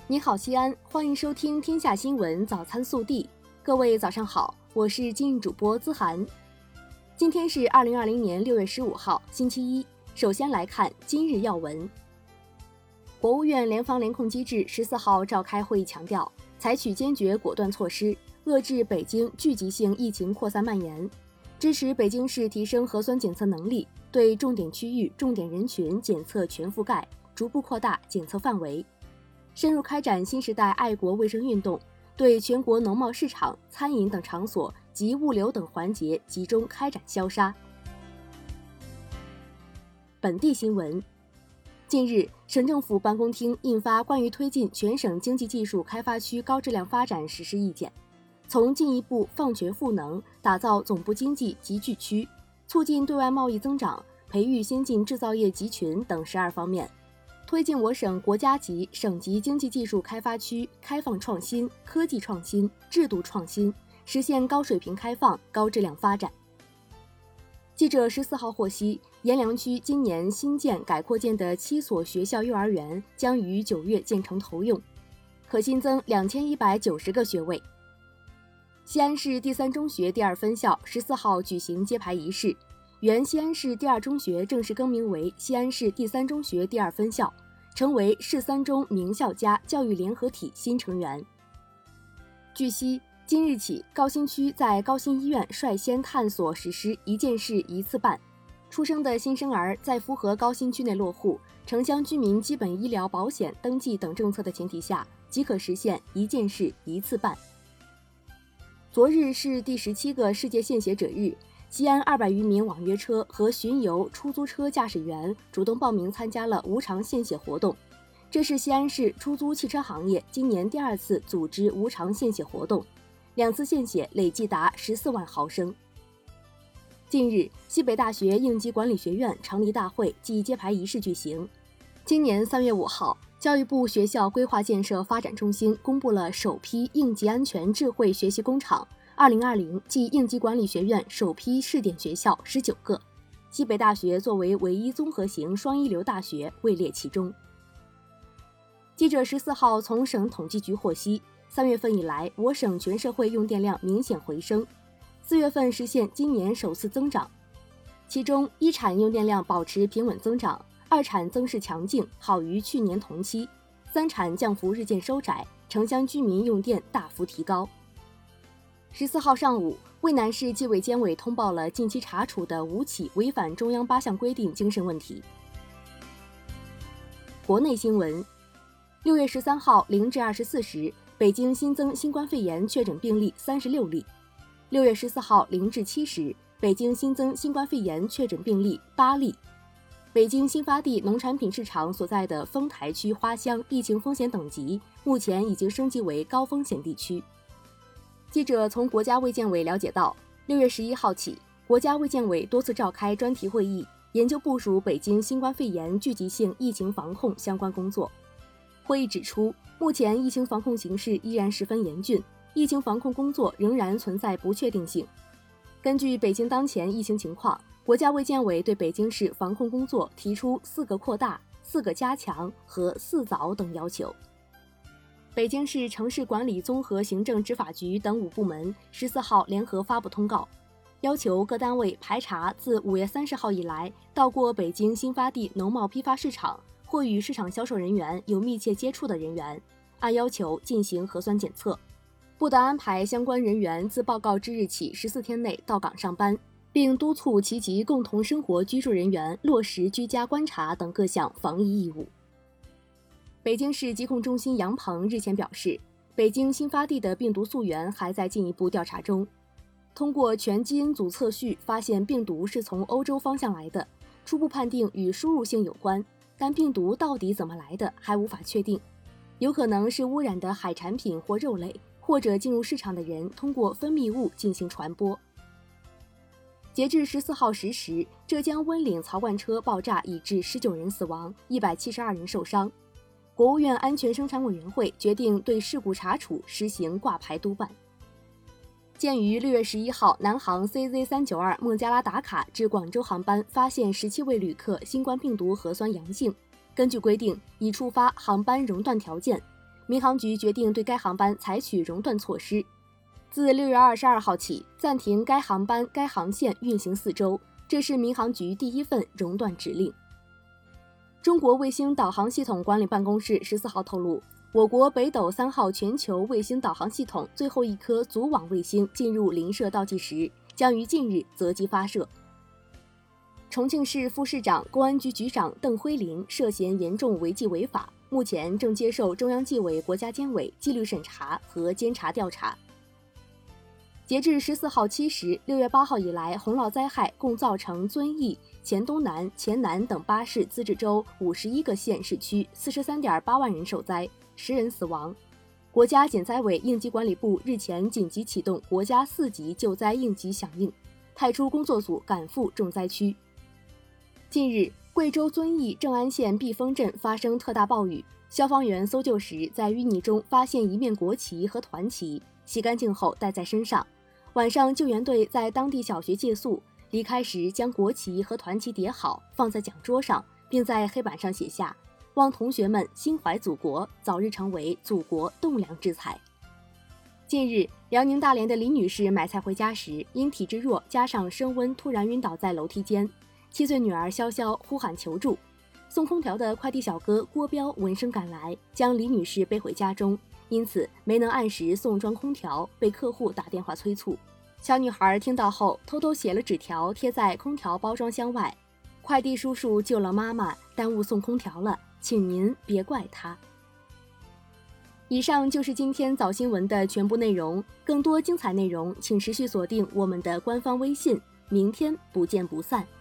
你好，西安，欢迎收听天下新闻早餐速递。各位早上好，我是今日主播资涵。今天是2020年6月15号，星期一。首先来看今日要闻。国务院联防联控机制14号召开会议，强调采取坚决果断措施，遏制北京聚集性疫情扩散蔓延，支持北京市提升核酸检测能力，对重点区域、重点人群检测全覆盖，逐步扩大检测范围，深入开展新时代爱国卫生运动，对全国农贸市场、餐饮等场所及物流等环节集中开展消杀。本地新闻。近日，省政府办公厅印发关于推进全省经济技术开发区高质量发展实施意见，从进一步放权赋能，打造总部经济集聚区，促进对外贸易增长，培育先进制造业集群等12方面，推进我省国家级、省级经济技术开发区开放创新、科技创新、制度创新，实现高水平开放、高质量发展。记者14号获悉，阎良区今年新建改扩建的7所学校幼儿园将于9月建成投用，可新增2190个学位。西安市第三中学第二分校14号举行揭牌仪式，原西安市第二中学正式更名为西安市第三中学第二分校，成为市三中名校家教育联合体新成员。据悉，今日起，高新区在高新医院率先探索实施一件事一次办，出生的新生儿在符合高新区内落户、城乡居民基本医疗保险登记等政策的前提下，即可实现一件事一次办。昨日是第17个世界献血者日，西安200余名网约车和巡游出租车驾驶员主动报名参加了无偿献血活动。这是西安市出租汽车行业今年第2次组织无偿献血活动，2次献血累计达14万毫升。近日，西北大学应急管理学院成立大会暨揭牌仪式举行。今年3月5号，教育部学校规划建设发展中心公布了首批应急安全智慧学习工厂2020暨应急管理学院首批试点学校19个，西北大学作为唯一综合型双一流大学位列其中。记者14号从省统计局获悉，3月份以来，我省全社会用电量明显回升，4月份实现今年首次增长，其中一产用电量保持平稳增长，2产增势强劲，好于去年同期，3产降幅日渐收窄，城乡居民用电大幅提高。14号上午，渭南市纪委监委通报了近期查处的5起违反中央8项规定精神问题。国内新闻。6月13号0至24时，北京新增新冠肺炎确诊病例36例。6月14号0至7时，北京新增新冠肺炎确诊病例8例。北京新发地农产品市场所在的丰台区花乡疫情风险等级目前已经升级为高风险地区。记者从国家卫健委了解到，6月11号起，国家卫健委多次召开专题会议，研究部署北京新冠肺炎聚集性疫情防控相关工作。会议指出，目前疫情防控形势依然十分严峻，疫情防控工作仍然存在不确定性。根据北京当前疫情情况，国家卫健委对北京市防控工作提出4个扩大、4个加强和4早等要求。北京市城市管理综合行政执法局等5部门14号联合发布通告，要求各单位排查自5月30号以来到过北京新发地农贸批发市场或与市场销售人员有密切接触的人员，按要求进行核酸检测，不得安排相关人员自报告之日起14天内到岗上班，并督促其及共同生活居住人员落实居家观察等各项防疫义务。北京市疾控中心杨鹏日前表示，北京新发地的病毒溯源还在进一步调查中，通过全基因组测序发现病毒是从欧洲方向来的，初步判定与输入性有关，但病毒到底怎么来的还无法确定，有可能是污染的海产品或肉类，或者进入市场的人通过分泌物进行传播。截至14号10时，浙江温岭槽罐车爆炸已致19人死亡，172人受伤。国务院安全生产委员会决定对事故查处实行挂牌督办。鉴于6月11号南航 CZ392 孟加拉达卡至广州航班发现17位旅客新冠病毒核酸阳性，根据规定已触发航班熔断条件， 民航局决定对该航班采取熔断措施，自6月22号起暂停该航班该航线运行4周，这是民航局第一份熔断指令。中国卫星导航系统管理办公室14号透露，我国北斗3号全球卫星导航系统最后一颗组网卫星进入临射倒计时，将于近日择机发射。重庆市副市长、公安局局长邓辉林涉嫌严重违纪违法，目前正接受中央纪委国家监委纪律审查和监察调查。截至14号7时，6月8号以来，洪涝灾害共造成遵义、黔东南、黔南等8市自治州51个县市区43.8万人受灾，10人死亡。国家减灾委应急管理部日前紧急启动国家4级救灾应急响应，派出工作组赶赴重灾区。近日，贵州遵义正安县碧峰镇发生特大暴雨，消防员搜救时在淤泥中发现一面国旗和团旗，洗干净后带在身上。晚上，救援队在当地小学借宿，离开时将国旗和团旗叠好，放在讲桌上，并在黑板上写下“望同学们心怀祖国，早日成为祖国栋梁之才”。近日，辽宁大连的李女士买菜回家时，因体质弱加上升温，突然晕倒在楼梯间，7岁女儿潇潇呼喊求助。送空调的快递小哥郭彪闻声赶来，将李女士背回家中，因此没能按时送装空调，被客户打电话催促。小女孩听到后，偷偷写了纸条贴在空调包装箱外：“快递叔叔救了妈妈，耽误送空调了，请您别怪他。”以上就是今天早新闻的全部内容，更多精彩内容请持续锁定我们的官方微信，明天不见不散。